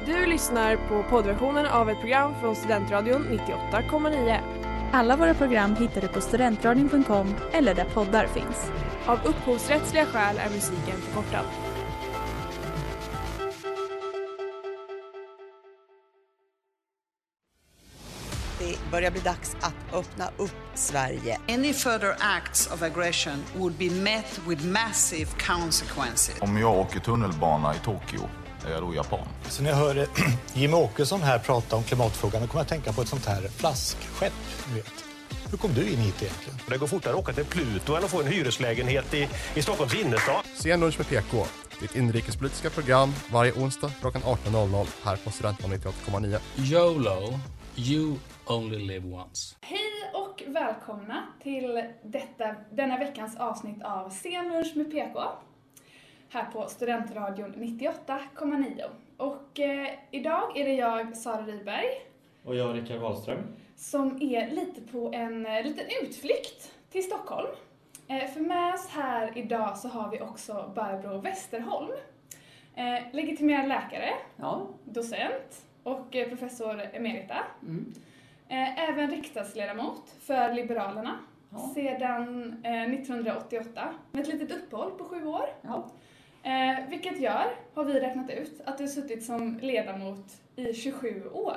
Du lyssnar på poddversionen av ett program från Studentradion 98,9. Alla våra program hittar du på studentradion.com eller där poddar finns. Av upphovsrättsliga skäl är musiken förkortad. Det börjar bli dags att öppna upp Sverige. Any further acts of aggression would be met with massive consequences. Om jag åker tunnelbana i Tokyo, är jag då japan? Så när jag hör Jimmie Åkesson här prata om klimatfrågan, då kommer jag tänka på ett sånt här flaskskepp, du vet. Hur kom du in hit egentligen? Det går fortare att åka till Pluto än att få en hyreslägenhet i Stockholms innerstad. Sen-lunch med PK, ditt inrikespolitiska program varje onsdag klockan 18.00 här på Studentradion 98,9. YOLO, you only live once. Hej och välkomna till denna veckans avsnitt av Sen-lunch med PK här på Studentradion 98,9. Och idag är det jag, Sara Rydberg. Och jag, Rickard Wahlström. Som är lite på en liten utflykt till Stockholm. För med oss här idag så har vi också Barbro Westerholm. Legitimerad läkare, docent och professor emerita. Även riksdagsledamot för Liberalerna sedan 1988. Med ett litet uppehåll på 7 år. Vilket gör, har vi räknat ut, att du har suttit som ledamot i 27 år.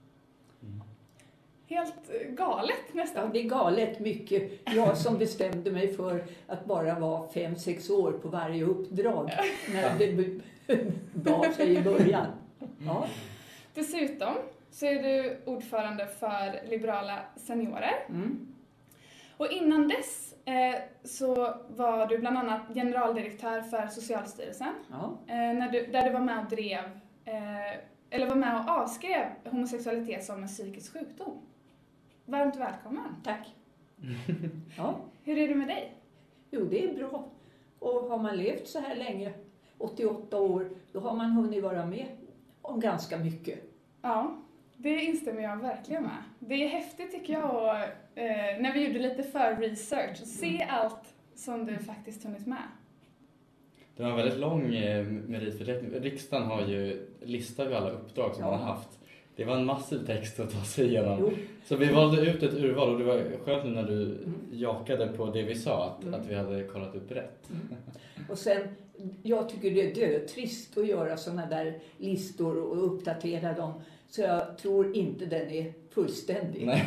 Helt galet nästan. Ja, det är galet mycket. Jag som bestämde mig för att bara vara 5-6 år på varje uppdrag när det gav sig i början. Ja. Dessutom så är du ordförande för Liberala seniorer. Och innan dess så var du bland annat generaldirektör för Socialstyrelsen. Där du var med och drev, eller var med och avskrev homosexualitet som en psykisk sjukdom. Varmt välkommen. Tack. Hur är det med dig? Jo, det är bra. Och har man levt så här länge, 88 år, då har man hunnit vara med om ganska mycket. Ja, det instämmer jag verkligen med. Det är häftigt tycker jag, när vi gjorde lite för research, och se allt som du faktiskt hunnit med. Det var en väldigt lång meritförteckning. Riksdagen har ju listat alla uppdrag som man har haft. Det var en massiv text att ta sig igenom. Jo. Så vi valde ut ett urval, och det var skönt nu när du jakade på det vi sa, att vi hade kollat upp rätt. Och sen, jag tycker det är dötrist att göra sådana där listor och uppdatera dem. Så jag tror inte den är fullständig. Nej.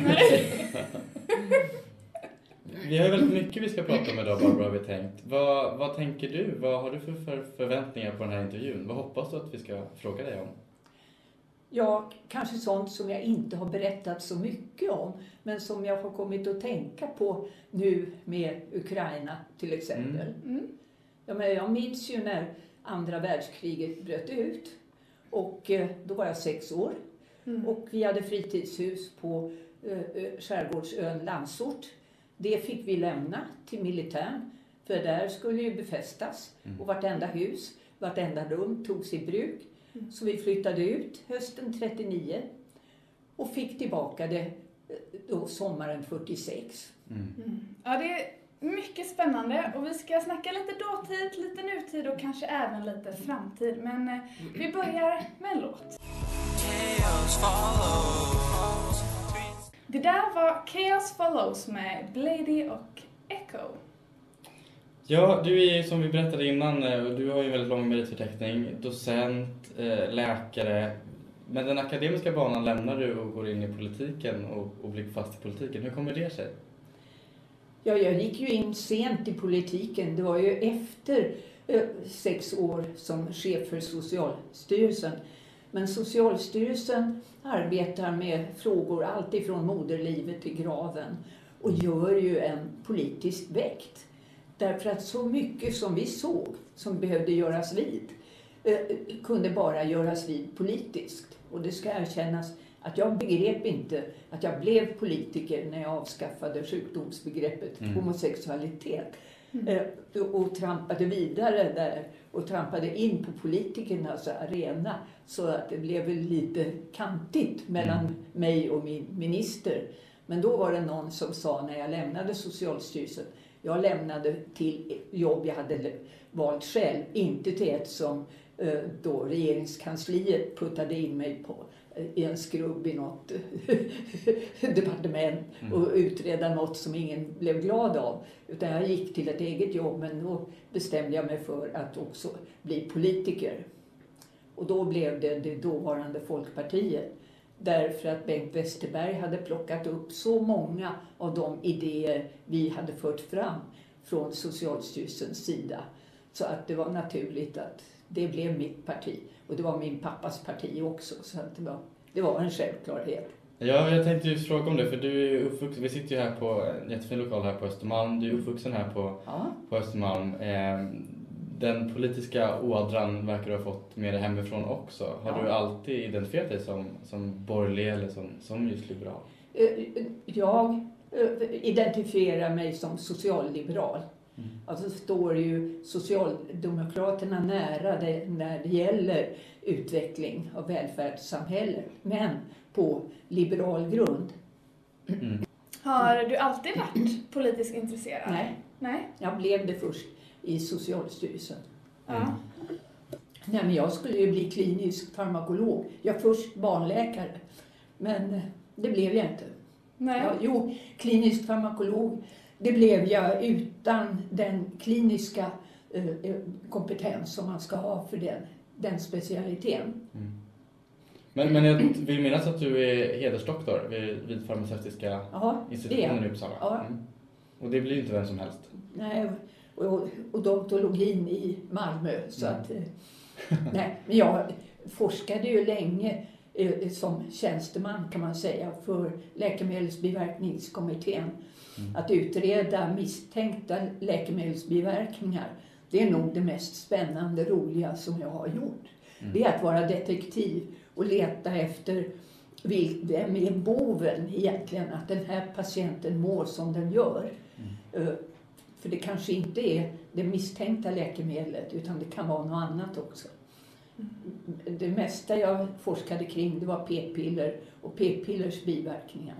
Vi har ju väldigt mycket vi ska prata om idag, Barbara, har vi tänkt. Vad tänker du? Vad har du för förväntningar på den här intervjun? Vad hoppas du att vi ska fråga dig om? Ja, kanske sånt som jag inte har berättat så mycket om, men som jag har kommit att tänka på nu med Ukraina till exempel. Jag minns ju när andra världskriget bröt ut, och då var jag 6 år. Och vi hade fritidshus på skärgårdsön Landsort. Det fick vi lämna till militären, för där skulle ju befästas. Och vartenda hus, vartenda rum togs i bruk. Så vi flyttade ut hösten 39 och fick tillbaka det då sommaren 46. Ja, det är mycket spännande, och vi ska snacka lite dåtid, lite nutid och kanske även lite framtid. Men vi börjar med en låt. Det där var Chaos Follows med Blady och Echo. Ja, du är som vi berättade innan, du har ju en väldigt lång meritförteckning, docent, läkare. Men den akademiska banan lämnar du och går in i politiken och blir fast i politiken. Hur kommer det sig? Ja, jag gick ju in sent i politiken. Det var ju efter 6 år som chef för Socialstyrelsen. Men Socialstyrelsen arbetar med frågor allt ifrån moderlivet till graven och gör ju en politisk väkt. Därför att så mycket som vi såg som behövde göras vid kunde bara göras vid politiskt. Och det ska erkännas att jag begrep inte att jag blev politiker när jag avskaffade sjukdomsbegreppet homosexualitet. Och trampade vidare där och trampade in på politikernas arena, så att det blev lite kantigt mellan mig och min minister. Men då var det någon som sa när jag lämnade Socialstyrelsen, jag lämnade till jobb jag hade valt själv, inte till ett som då regeringskansliet puttade in mig i en skrubb i något departement och utreda något som ingen blev glad av. Utan jag gick till ett eget jobb, men då bestämde jag mig för att också bli politiker. Och då blev det dåvarande Folkpartiet. Därför att Bengt Westerberg hade plockat upp så många av de idéer vi hade fört fram från Socialstyrelsens sida. Så att det var naturligt att det blev mitt parti. Och det var min pappas parti också. Så att det var en självklarhet. Ja, jag tänkte ju fråga om det. För du är ju uppvuxen, vi sitter ju här på en jättefin lokal här på Östermalm. Du är uppvuxen här på Östermalm. Den politiska ådran verkar du ha fått med dig hemifrån också. Har du alltid identifierat dig som borgerlig eller som just liberal? Jag identifierar mig som socialliberal. Alltså står ju Socialdemokraterna nära när det gäller utveckling av välfärdssamhället. Men på liberal grund. Har du alltid varit politiskt intresserad? Nej. Jag blev det först i Socialstyrelsen. Nej, men jag skulle ju bli klinisk farmakolog. Jag först barnläkare. Men det blev jag inte. Klinisk farmakolog. Det blev jag utan den kliniska kompetens som man ska ha för den specialiteten. Men jag vill minnas att du är hedersdoktor vid farmaceutiska institutionen i Uppsala. Ja. Och det blir ju inte vem som helst. Nej, och odontologin i Malmö. Så att, nej, men jag forskade ju länge som tjänsteman kan man säga för läkemedelsbiverkningskommittén. Att utreda misstänkta läkemedelsbiverkningar, det är nog det mest spännande, roliga som jag har gjort. Det är att vara detektiv och leta efter vem är boven egentligen, att den här patienten mår som den gör. För det kanske inte är det misstänkta läkemedlet, utan det kan vara något annat också. Det mesta jag forskade kring, det var p-piller och p-pillers biverkningar.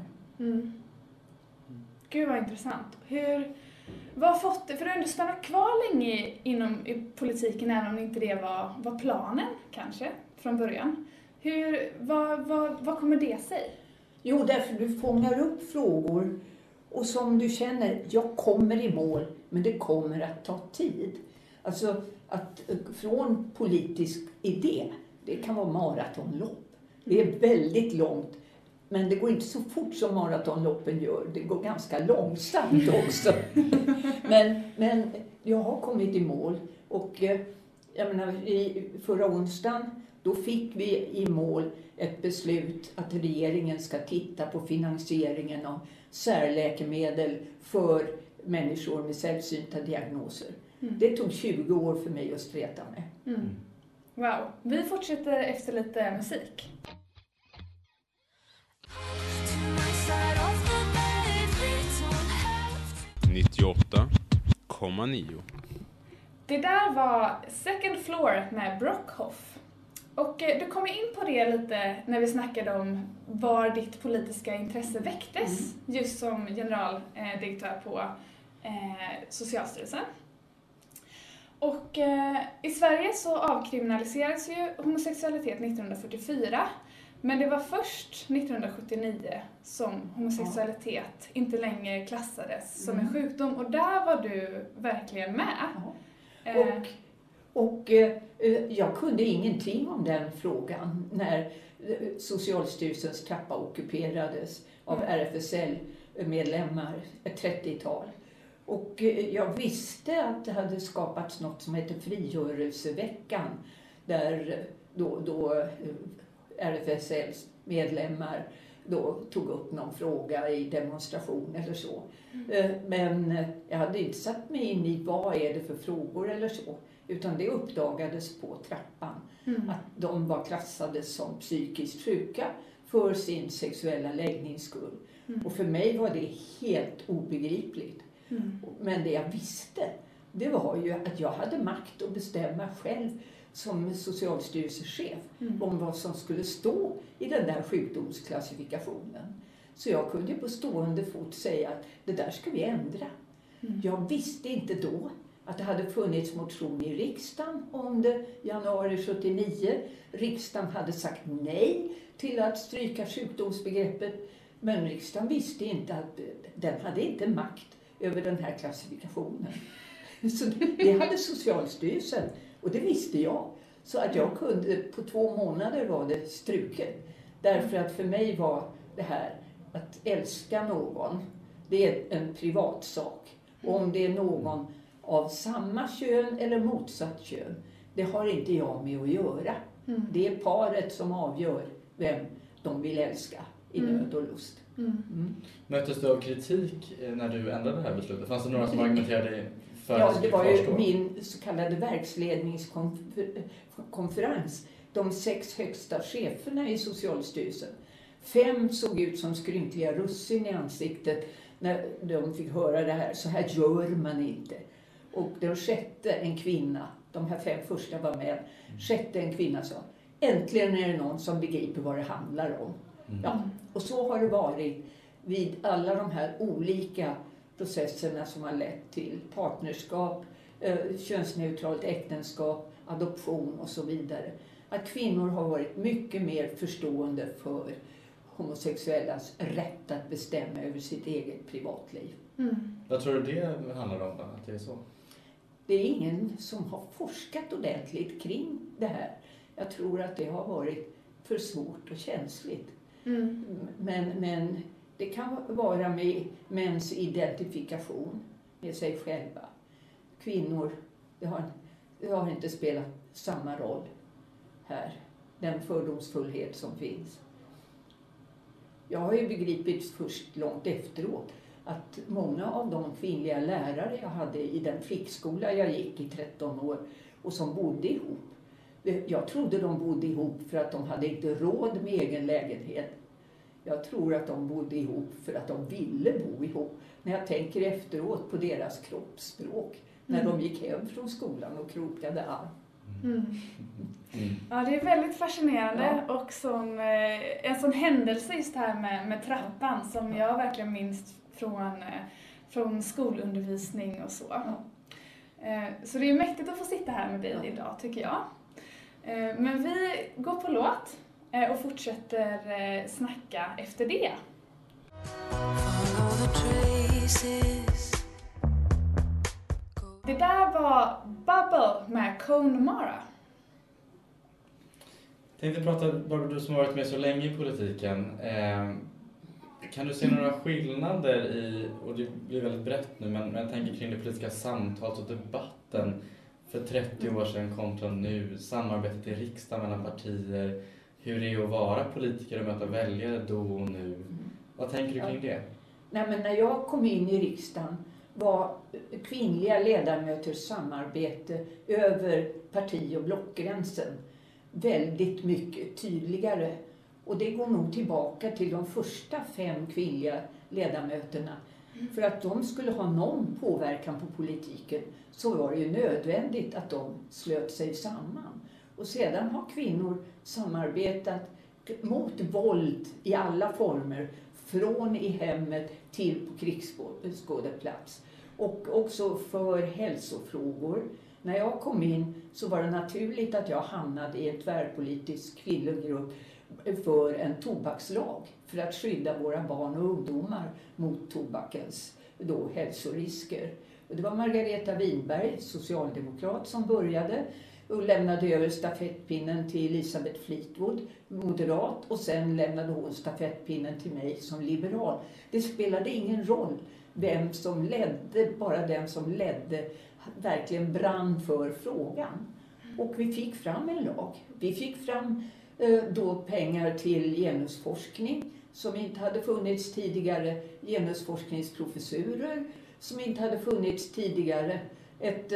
Gud vad intressant. Vad har fått det? För du har ändå stannat kvar länge i politiken, även om inte det var planen kanske från början. Vad kommer det sig? Jo, därför du fångar upp frågor och som du känner, jag kommer i mål, men det kommer att ta tid. Alltså att från politisk idé, det kan vara maratonlopp. Det är väldigt långt, men det går inte så fort som maratonloppen gör. Det går ganska långsamt också. men jag har kommit i mål och jag menar, förra onsdagen då fick vi i mål ett beslut att regeringen ska titta på finansieringen av särläkemedel för människor med sällsynta diagnoser. Det tog 20 år för mig att streta med. Wow, vi fortsätter efter lite musik. Det där var Second Floor med Brockhoff. Och du kom in på det lite när vi snackade om var ditt politiska intresse väcktes. Just som generaldirektör på Socialstyrelsen. Och i Sverige så avkriminaliserades ju homosexualitet 1944. Men det var först 1979 som homosexualitet inte längre klassades som en sjukdom. Och där var du verkligen med. Och jag kunde ingenting om den frågan när Socialstyrelsens trappa ockuperades av RFSL-medlemmar, ett 30-tal. Och jag visste att det hade skapats något som heter frigörelseveckan där då RFSLs medlemmar då tog upp någon fråga i demonstration eller så. Men jag hade inte satt mig in i vad är det för frågor eller så. Utan det uppdagades på trappan att de var klassade som psykiskt sjuka för sin sexuella läggnings skull. Och för mig var det helt obegripligt. Men det jag visste, det var ju att jag hade makt att bestämma själv som Socialstyrelsechef om vad som skulle stå i den där sjukdomsklassifikationen. Så jag kunde på stående fot säga att det där ska vi ändra. Jag visste inte då att det hade funnits motion i riksdagen om det januari 79. Riksdagen hade sagt nej till att stryka sjukdomsbegreppet. Men riksdagen visste inte att den hade inte makt över den här klassifikationen. Så det hade Socialstyrelsen och det visste jag. Så att jag kunde, på 2 månader var det struket. Därför att för mig var det här att älska någon, det är en privatsak. Och om det är någon av samma kön eller motsatt kön, det har inte jag med att göra. Det är paret som avgör vem de vill älska i nöd och lust. Möttes du av kritik när du ändrade det här beslutet? Fanns det några som argumenterade för Ja, det var ju min så kallade verksledningskonferens. De 6 högsta cheferna i Socialstyrelsen. 5 såg ut som skrynkliga russin i ansiktet när de fick höra det här. Så här gör man inte. Och den 6:e, en kvinna, de här 5 första var med. 6:e, en kvinna sa, äntligen är det någon som begriper vad det handlar om. Ja, och så har det varit vid alla de här olika processerna som har lett till partnerskap, könsneutralt äktenskap, adoption och så vidare. Att kvinnor har varit mycket mer förstående för homosexuellas rätt att bestämma över sitt eget privatliv. Vad tror du det handlar om, att det är så? Det är ingen som har forskat ordentligt kring det här. Jag tror att det har varit för svårt och känsligt. Men det kan vara med mäns identifikation med sig själva. Kvinnor, det har inte spelat samma roll här. Den fördomsfullhet som finns. Jag har ju begripit först långt efteråt att många av de kvinnliga lärare jag hade i den flickskola jag gick i 13 år och som bodde ihop. Jag trodde de bodde ihop för att de hade inte råd med egen lägenhet. Jag tror att de bodde ihop för att de ville bo ihop. När jag tänker efteråt på deras kroppsspråk. När de gick hem från skolan och krokade arm. Ja, det är väldigt fascinerande och som en sån händelse just här med trappan som jag verkligen minns från skolundervisning och så. Så det är mäktigt att få sitta här med dig idag, tycker jag. Men vi går på låt och fortsätter snacka efter det. Det där var Bubble med Connemara. Jag tänkte prata, Barbro, du som har varit med så länge i politiken. Kan du se några skillnader i, och det blir väldigt brett nu, men jag tänker kring det politiska samtalet och debatten för 30 år sedan kontra nu, samarbetet i riksdagen mellan partier, hur det är att vara politiker och möta väljare då och nu. Vad tänker du kring det? Nej, men när jag kom in i riksdagen var kvinnliga ledamöters samarbete över parti- och blockgränsen väldigt mycket tydligare. Och det går nog tillbaka till de första 5 kvinnliga ledamöterna. För att de skulle ha någon påverkan på politiken så var det ju nödvändigt att de slöt sig samman. Och sedan har kvinnor samarbetat mot våld i alla former. Från i hemmet till på krigsskådeplats. Och också för hälsofrågor. När jag kom in så var det naturligt att jag hamnade i en tvärpolitisk kvinnogrupp för en tobakslag. För att skydda våra barn och ungdomar mot tobakens hälsorisker. Och det var Margareta Winberg, socialdemokrat, som började och lämnade över stafettpinnen till Elisabeth Fleetwood, moderat, och sen lämnade hon stafettpinnen till mig som liberal. Det spelade ingen roll vem som ledde, bara den som ledde verkligen brann för frågan. Och vi fick fram en lag. Vi fick fram då pengar till genusforskning som inte hade funnits tidigare, genusforskningsprofessurer som inte hade funnits tidigare, ett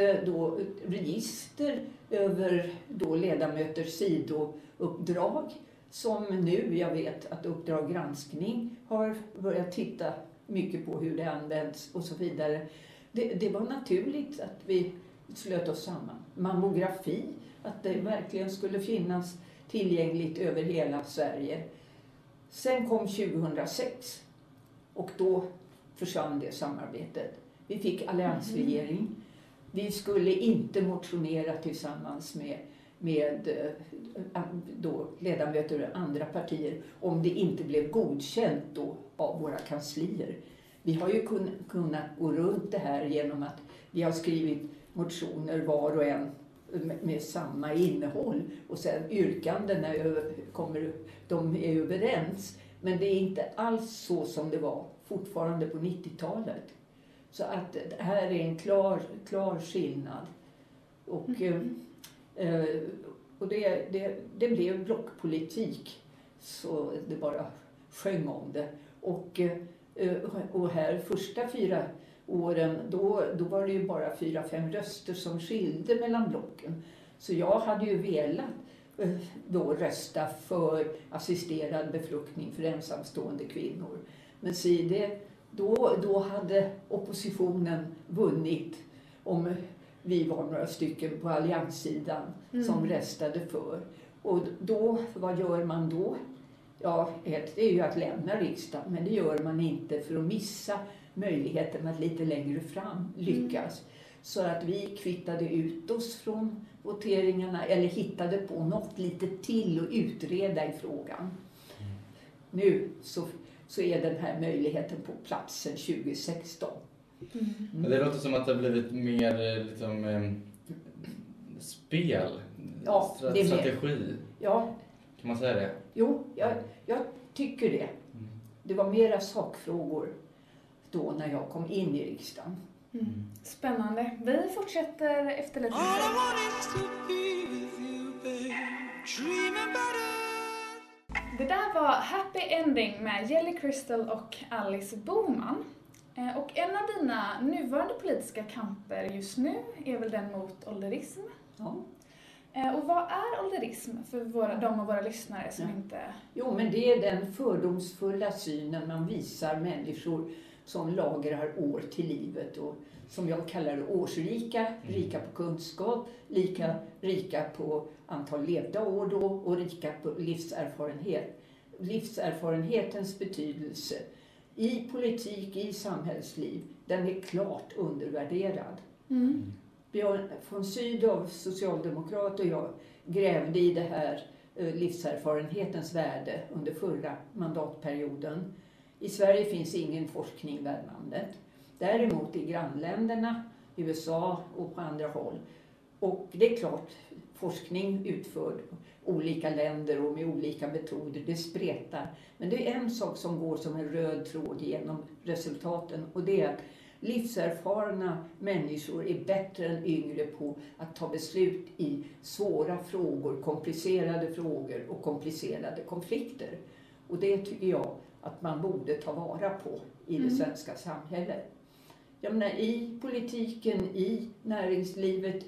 register över ledamöters sidouppdrag som nu, jag vet att Uppdrag granskning har börjat titta mycket på hur det används och så vidare. Det var naturligt att vi slöt oss samman. Mammografi, att det verkligen skulle finnas tillgängligt över hela Sverige. Sen kom 2006 och då försvann det samarbetet. Vi fick alliansregering vi skulle inte motionera tillsammans med då ledamöter ur andra partier om det inte blev godkänt då av våra kanslier. Vi har ju kunnat gå runt det här genom att vi har skrivit motioner var och en med samma innehåll och sen yrkandena de är överens. Men det är inte alls så som det var fortfarande på 90-talet. Så att det här är en klar skillnad. Och det blev blockpolitik, så det bara sjöng om det. Och här första 4 åren, då var det ju bara 4-5 röster som skilde mellan blocken. Så jag hade ju velat då rösta för assisterad befruktning för ensamstående kvinnor. Men då hade oppositionen vunnit om vi var några stycken på allianssidan som röstade för. Och då, vad gör man då? Ja, det är ju att lämna riksdagen, men det gör man inte för att missa möjligheten att lite längre fram lyckas. Så att vi kvittade ut oss från voteringarna eller hittade på något lite till att utreda i frågan. Nu så är den här möjligheten på platsen 2016. Men det låter som att det har blivit mer liksom, spel, strategi. Ja. Kan man säga det? Jo, jag tycker det. Det var mera sakfrågor då när jag kom in i riksdagen. Spännande. Vi fortsätter efter lite. Det där var Happy Ending med Jelly Crystal och Alice Boman. Och en av dina nuvarande politiska kamper just nu är väl den mot ålderism? Ja. Och vad är ålderism för de av våra lyssnare som inte... Jo, men det är den fördomsfulla synen man visar människor som lagrar år till livet och som jag kallar det årsrika, rika på kunskap, lika rika på antal levda år då och rika på livserfarenhet. Livserfarenhetens betydelse i politik, i samhällsliv, den är klart undervärderad. Björn von Sydow, socialdemokrat, och jag grävde i det här livserfarenhetens värde under förra mandatperioden. I Sverige finns ingen forskning värd namnet. Däremot i grannländerna, USA och på andra håll. Och det är klart, forskning utförd olika länder och med olika metoder, det spretar. Men det är en sak som går som en röd tråd genom resultaten, och det är att livserfarna människor är bättre än yngre på att ta beslut i svåra frågor, komplicerade och komplicerade konflikter. Och det tycker jag att man borde ta vara på i det svenska samhället. Jag menar, i politiken, i näringslivet,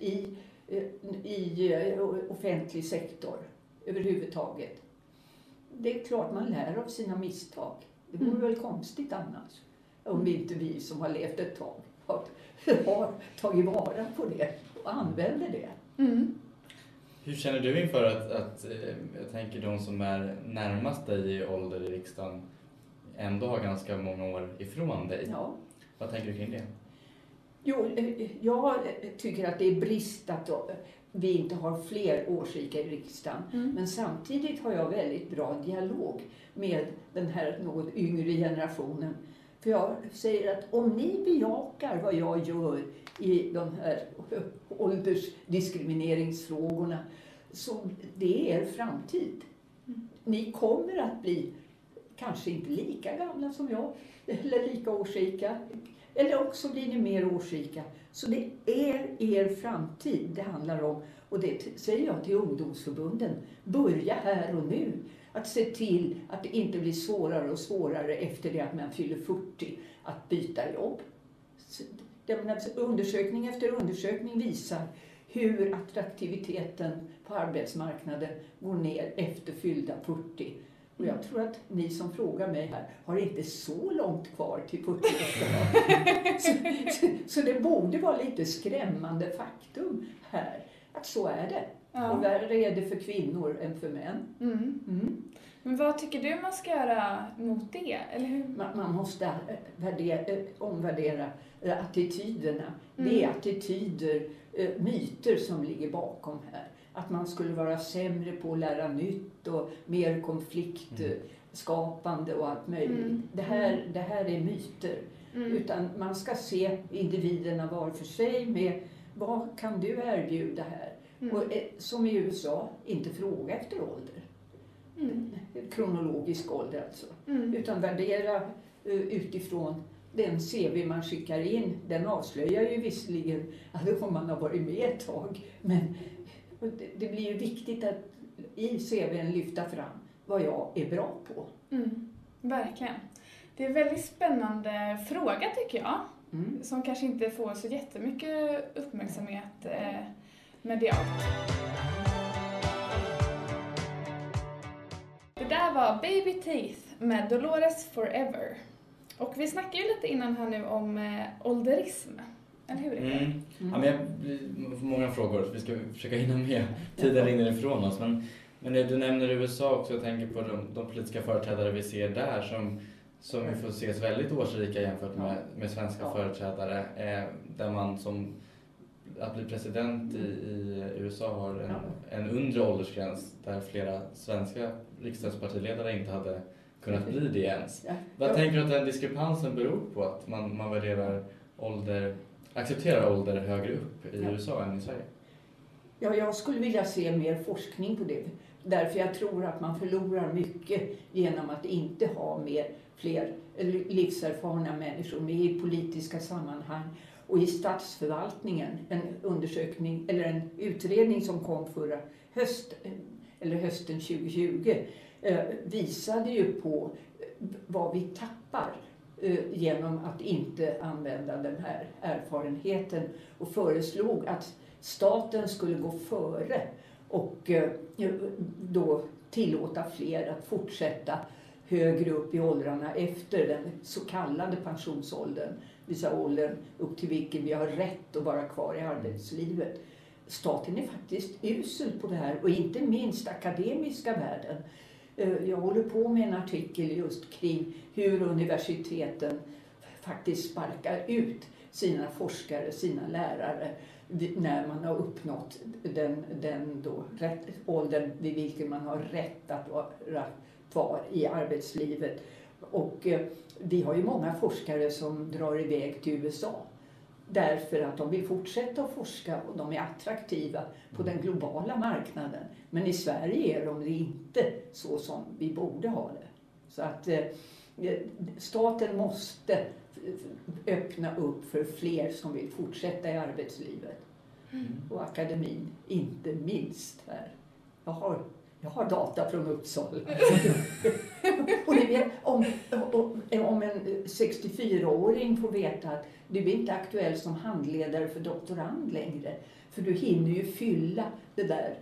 i offentlig sektor överhuvudtaget. Det är klart man lär av sina misstag. Det vore väl konstigt annars. Om inte vi som har levt ett tag har tagit vara på det och använder det. Hur känner du inför att jag tänker de som är närmast dig i ålder i riksdagen ändå har ganska många år ifrån dig? Ja. Vad tänker du kring det? Jo, jag tycker att det är brist att vi inte har fler årsrika i riksdagen. Men samtidigt har jag väldigt bra dialog med den här något yngre generationen. För jag säger att om ni bejakar vad jag gör i de här åldersdiskrimineringsfrågorna, så det är er framtid. Ni kommer att bli kanske inte lika gamla som jag, eller lika årsrika, eller också blir ni mer årsrika. Så det är er framtid det handlar om, och det säger jag till ungdomsförbunden. Börja här och nu att se till att det inte blir svårare och svårare efter det att man fyller 40 att byta jobb. Undersökning efter undersökning visar hur attraktiviteten på arbetsmarknaden går ner efter fyllda 40. Och jag tror att ni som frågar mig här har inte så långt kvar till 40 så det borde vara lite skrämmande faktum här, att så är det. Ja. Och värre är det för kvinnor än för män. Men vad tycker du man ska göra mot det? Eller hur? Man måste omvärdera attityderna. Det är attityder, myter som ligger bakom här. Att man skulle vara sämre på att lära nytt och mer konfliktskapande och allt möjligt. Det här är myter. Utan man ska se individerna var för sig med vad kan du erbjuda här? Och som i USA, inte fråga efter ålder. Kronologisk ålder alltså. Utan värdera utifrån den CV man skickar in. Den avslöjar ju visserligen att om man har varit med ett tag. Men det blir ju viktigt att i CVn lyfta fram vad jag är bra på. Verkligen. Det är en väldigt spännande fråga tycker jag. Som kanske inte får så jättemycket uppmärksamhet medialt. Det där var Baby Teeth med Dolores Forever. Och vi snackade ju lite innan här nu om ålderism. Eller hur? Ja, men jag får många frågor. Vi ska försöka hinna med. Tiden rinner ifrån oss. Men du nämner USA också. Jag tänker på de politiska företrädare vi ser där som vi får ses väldigt årsrika jämfört med svenska företrädare. Där man som att bli president i USA har en undre åldersgräns där flera svenska riksdagspartiledare inte hade kunnat bli det ens. Vad tänker du att den diskrepansen beror på? Att man värderar accepterar ålder högre upp i USA än i Sverige? Ja, jag skulle vilja se mer forskning på det. Därför jag tror att man förlorar mycket genom att inte ha fler livserfarna människor med i politiska sammanhang. Och i statsförvaltningen, en utredning som kom hösten 2020 visade ju på vad vi tappar genom att inte använda den här erfarenheten och föreslog att staten skulle gå före och då tillåta fler att fortsätta högre upp i åldrarna efter den så kallade pensionsåldern. Vissa åldern upp till vilken vi har rätt att vara kvar i arbetslivet. Staten är faktiskt usel på det här och inte minst akademiska världen. Jag håller på med en artikel just kring hur universiteten faktiskt sparkar ut sina forskare, sina lärare när man har uppnått den åldern vid vilken man har rätt att vara kvar i arbetslivet. Och vi har ju många forskare som drar iväg till USA därför att de vill fortsätta att forska och de är attraktiva på den globala marknaden. Men i Sverige är de det inte så som vi borde ha det. Så att staten måste öppna upp för fler som vill fortsätta i arbetslivet. Och akademin inte minst här. Jag har data från Uppsala. Och ni vet, om en 64-åring får veta att du är inte aktuell som handledare för doktorand längre. För du hinner ju fylla det där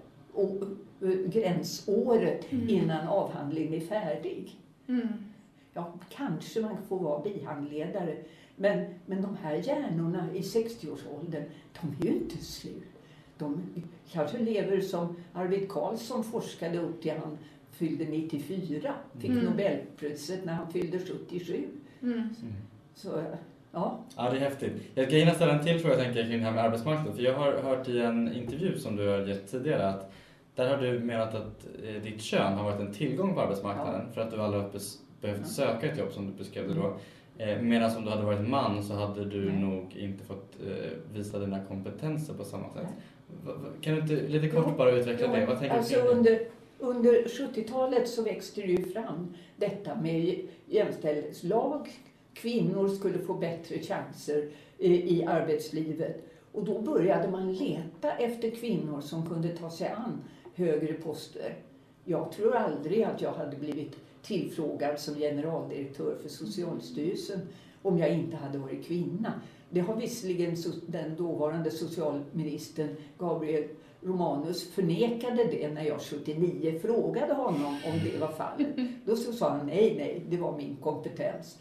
gränsåret innan avhandlingen är färdig. Ja, kanske man får vara bihandledare. Men de här hjärnorna i 60-årsåldern, de är ju inte slut. De kanske lever som Arvid Carlsson forskade upp till han fyllde 94. Fick Nobelpriset när han fyllde 77. Så, ja. Ja, det är häftigt. Jag ska gärna ställa en till fråga kring det här med arbetsmarknaden. För jag har hört i en intervju som du har gett tidigare att där har du menat att ditt kön har varit en tillgång på arbetsmarknaden för att du aldrig har behövt söka ett jobb som du beskrev det då. Medan om du hade varit man så hade du nog inte fått visa dina kompetenser på samma sätt. Kan du inte lite kort bara utveckla det? Vad tänker alltså under 70-talet så växte det ju fram detta med jämställdhetslag. Kvinnor skulle få bättre chanser i arbetslivet. Och då började man leta efter kvinnor som kunde ta sig an högre poster. Jag tror aldrig att jag hade blivit tillfrågad som generaldirektör för Socialstyrelsen om jag inte hade varit kvinna. Det har visserligen den dåvarande socialministern Gabriel Romanus förnekade det när jag 79 frågade honom om det var fallet. Då så sa han nej, det var min kompetens.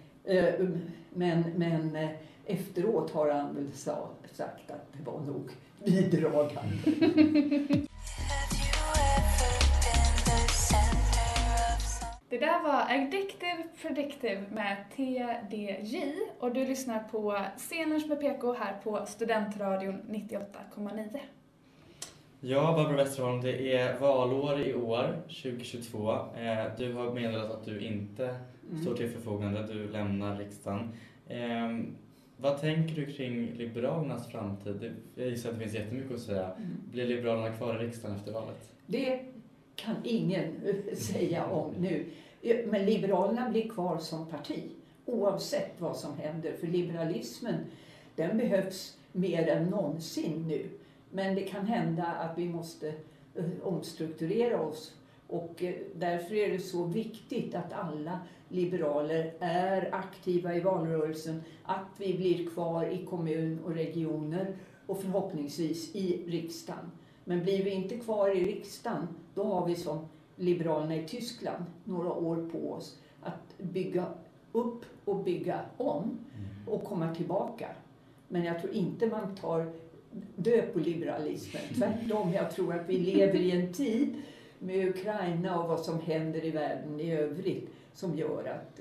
Men efteråt har han väl sagt att det var nog bidragande. Det där var Addictive Predictive med TDJ och du lyssnar på Scenlunch med PK här på Studentradion 98,9. Ja, Barbro Westerholm, det är valår i år, 2022. Du har meddelat att du inte står till förfogande, du lämnar riksdagen. Vad tänker du kring Liberalernas framtid? Jag gissar att det finns jättemycket att säga. Blir Liberalerna kvar i riksdagen efter valet? Det kan ingen säga om nu. Men Liberalerna blir kvar som parti oavsett vad som händer. För liberalismen, den behövs mer än någonsin nu. Men det kan hända att vi måste omstrukturera oss. Och därför är det så viktigt att alla liberaler är aktiva i valrörelsen. Att vi blir kvar i kommun och regioner och förhoppningsvis i riksdagen. Men blir vi inte kvar i riksdagen, då har vi som Liberalerna i Tyskland några år på oss att bygga upp och bygga om och komma tillbaka. Men jag tror inte man tar död på liberalismen. Tvärtom, jag tror att vi lever i en tid med Ukraina och vad som händer i världen i övrigt som gör att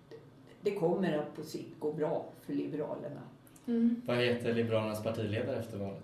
det kommer att på sikt gå bra för Liberalerna. Vad heter Liberalernas partiledare efter valet?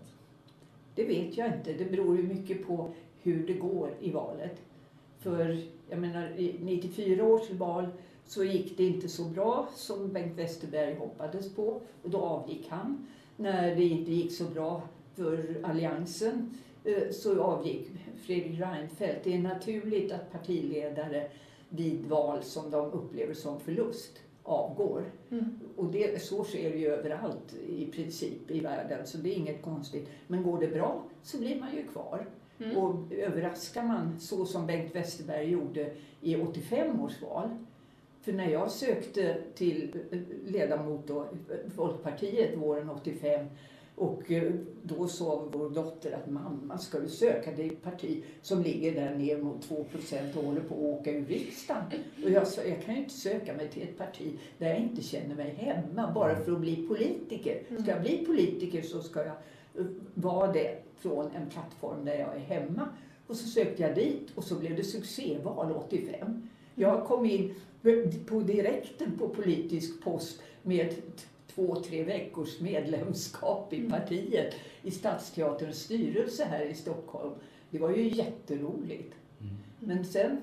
Det vet jag inte. Det beror ju mycket på hur det går i valet. För jag menar, i 94 års val så gick det inte så bra som Bengt Westerberg hoppades på. Och då avgick han. När det inte gick så bra för alliansen så avgick Fredrik Reinfeldt. Det är naturligt att partiledare vid val som de upplever som förlust avgår. Och så sker det ju överallt i princip i världen, så det är inget konstigt. Men går det bra så blir man ju kvar. Och överraskar man så som Bengt Westerberg gjorde i 85 års val. För när jag sökte till ledamot av Folkpartiet våren 85 och då sa vår dotter att mamma, ska du söka det parti som ligger där ner mot 2% och håller på att åka ur riksdagen. Och jag sa, jag kan ju inte söka mig till ett parti där jag inte känner mig hemma bara för att bli politiker. Ska jag bli politiker så ska jag vara det från en plattform där jag är hemma. Och så sökte jag dit och så blev det succéval 85. Jag kom in på direkten på politisk post med 2-3 veckors medlemskap i partiet i Stadsteaterns styrelse här i Stockholm. Det var ju jätteroligt. Men sen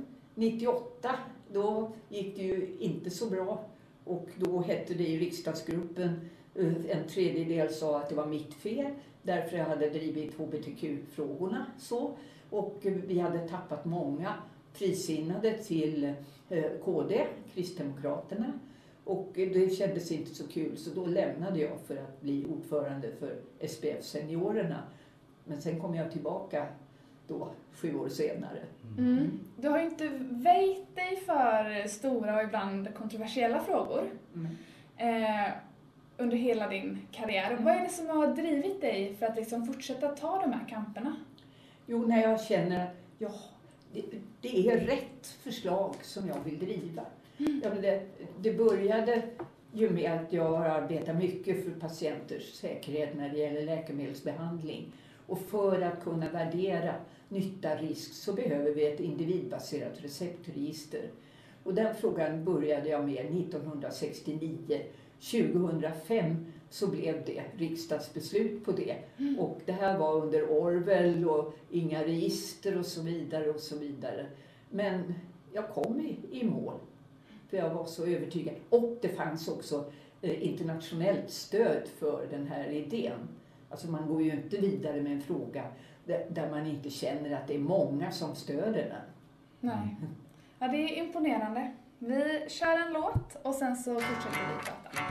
98 då gick det ju inte så bra och då hette det i riksdagsgruppen, en tredjedel sa att det var mitt fel därför jag hade drivit HBTQ-frågorna så, och vi hade tappat många frisinnade till KD, Kristdemokraterna. Och det kändes inte så kul så då lämnade jag för att bli ordförande för SPF Seniorerna. Men sen kom jag tillbaka då 7 år senare. Du har ju inte väjt dig för stora och ibland kontroversiella frågor under hela din karriär. Vad är det som har drivit dig för att liksom fortsätta ta de här kamperna? Jo, när jag känner att det är rätt förslag som jag vill driva. Ja, men det började ju med att jag har arbetat mycket för patienters säkerhet när det gäller läkemedelsbehandling. Och för att kunna värdera nytta risk så behöver vi ett individbaserat receptregister. Och den frågan började jag med 1969. 2005 så blev det riksdagsbeslut på det. Och det här var under Orwell och inga register och så vidare och så vidare. Men jag kom i mål. För jag var så övertygad. Och det fanns också internationellt stöd för den här idén. Alltså man går ju inte vidare med en fråga där man inte känner att det är många som stöder den. Nej. Ja, det är imponerande. Vi kör en låt och sen så fortsätter vi prata.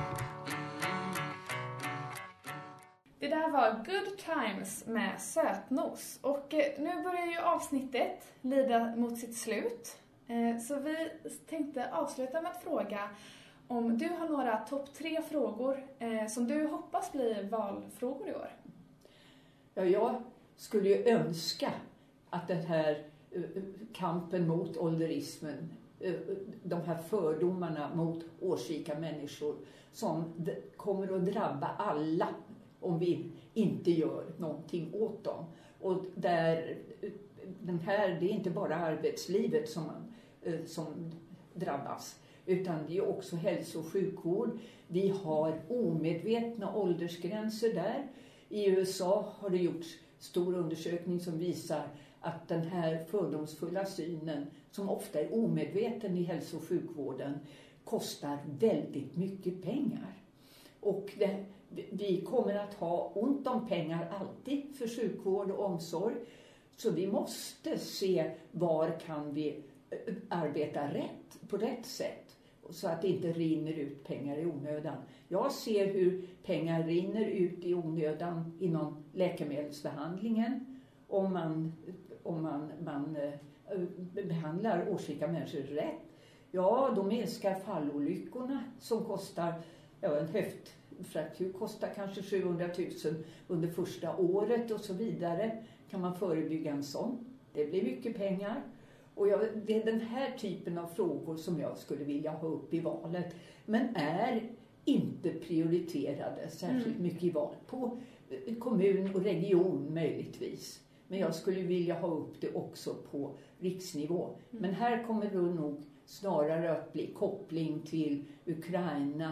Det där var Good Times med Sötnos. Och nu börjar ju avsnittet lida mot sitt slut. Så vi tänkte avsluta med att fråga om du har några topp 3 frågor som du hoppas blir valfrågor i år. Ja, jag skulle ju önska att den här kampen mot ålderismen, de här fördomarna mot årsrika människor som kommer att drabba alla om vi inte gör någonting åt dem. Och där det är inte bara arbetslivet som drabbas, utan det är också hälso- och sjukvård. Vi har omedvetna åldersgränser där. I USA har det gjorts stor undersökning som visar att den här fördomsfulla synen, som ofta är omedveten i hälso- och sjukvården, kostar väldigt mycket pengar. Och vi kommer att ha ont om pengar alltid för sjukvård och omsorg. Så vi måste se var kan vi arbeta på rätt sätt. Så att det inte rinner ut pengar i onödan. Jag ser hur pengar rinner ut i onödan inom läkemedelsbehandlingen. Om man behandlar årsrika människor rätt. Ja, då minskar fallolyckorna som kostar en höftfraktur kostar kanske 700 000 under första året och så vidare. Kan man förebygga en sån? Det blir mycket pengar. Och det är den här typen av frågor som jag skulle vilja ha upp i valet. Men är inte prioriterade särskilt mycket i val. På kommun och region möjligtvis. Men jag skulle vilja ha upp det också på riksnivå. Men här kommer det nog snarare att bli koppling till Ukraina.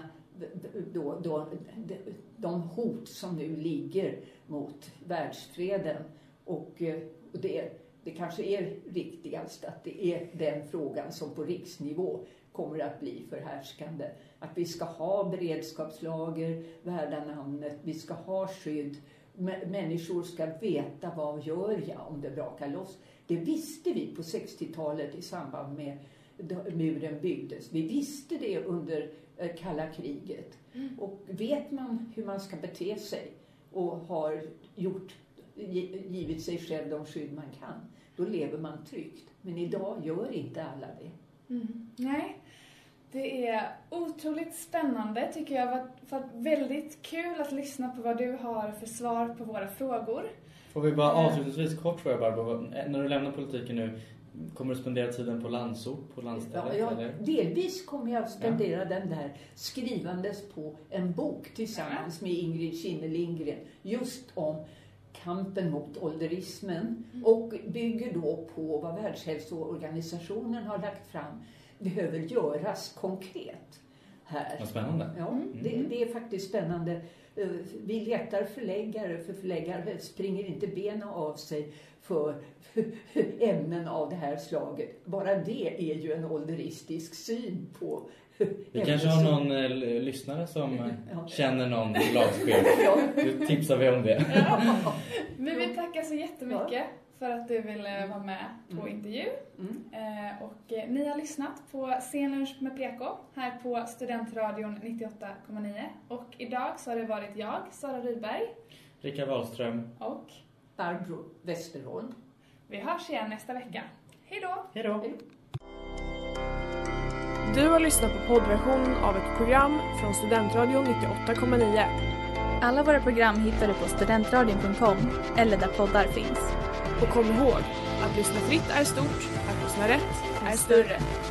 De hot som nu ligger mot världsfreden. Och det kanske är riktigast att det är den frågan som på riksnivå kommer att bli förhärskande. Att vi ska ha beredskapslager värda namnet, vi ska ha skydd. Människor ska veta vad gör jag om det brakar loss. Det visste vi på 60-talet i samband med muren byggdes. Vi visste det under kalla kriget. Och vet man hur man ska bete sig och har givit sig själv de skydd man kan, då lever man tryggt. Men idag gör inte alla det. Nej, det är otroligt spännande tycker jag. För väldigt kul att lyssna på vad du har för svar på våra frågor. Får vi bara avslutningsvis kort fråga Barbro, när du lämnar politiken nu, kommer du spendera tiden på landsort, på landstället? Ja, delvis kommer jag att spendera den där skrivandes på en bok tillsammans med Ingrid Kinne-Lindgren just om kampen mot ålderismen och bygger då på vad Världshälsoorganisationen har lagt fram behöver göras konkret här. Vad spännande. Ja, det är faktiskt spännande. Vi letar förläggare, för förläggare springer inte benen av sig för ämnen av det här slaget. Bara det är ju en ålderistisk syn på vi kanske har någon lyssnare som känner någon lagspel. Du tipsar vi om det. Men vi tackar så jättemycket för att du ville vara med på intervju. Och ni har lyssnat på Scenlunch med PK här på Studentradion 98,9. Och idag så har det varit jag, Sara Rydberg, Rickard Wahlström och Barbro Westerholm. Vi hörs igen nästa vecka. Hej då! Hej då! Du har lyssnat på poddversionen av ett program från Studentradion 98,9. Alla våra program hittar du på studentradion.com eller där poddar finns. Och kom ihåg, att lyssna fritt är stort, att lyssna rätt är större.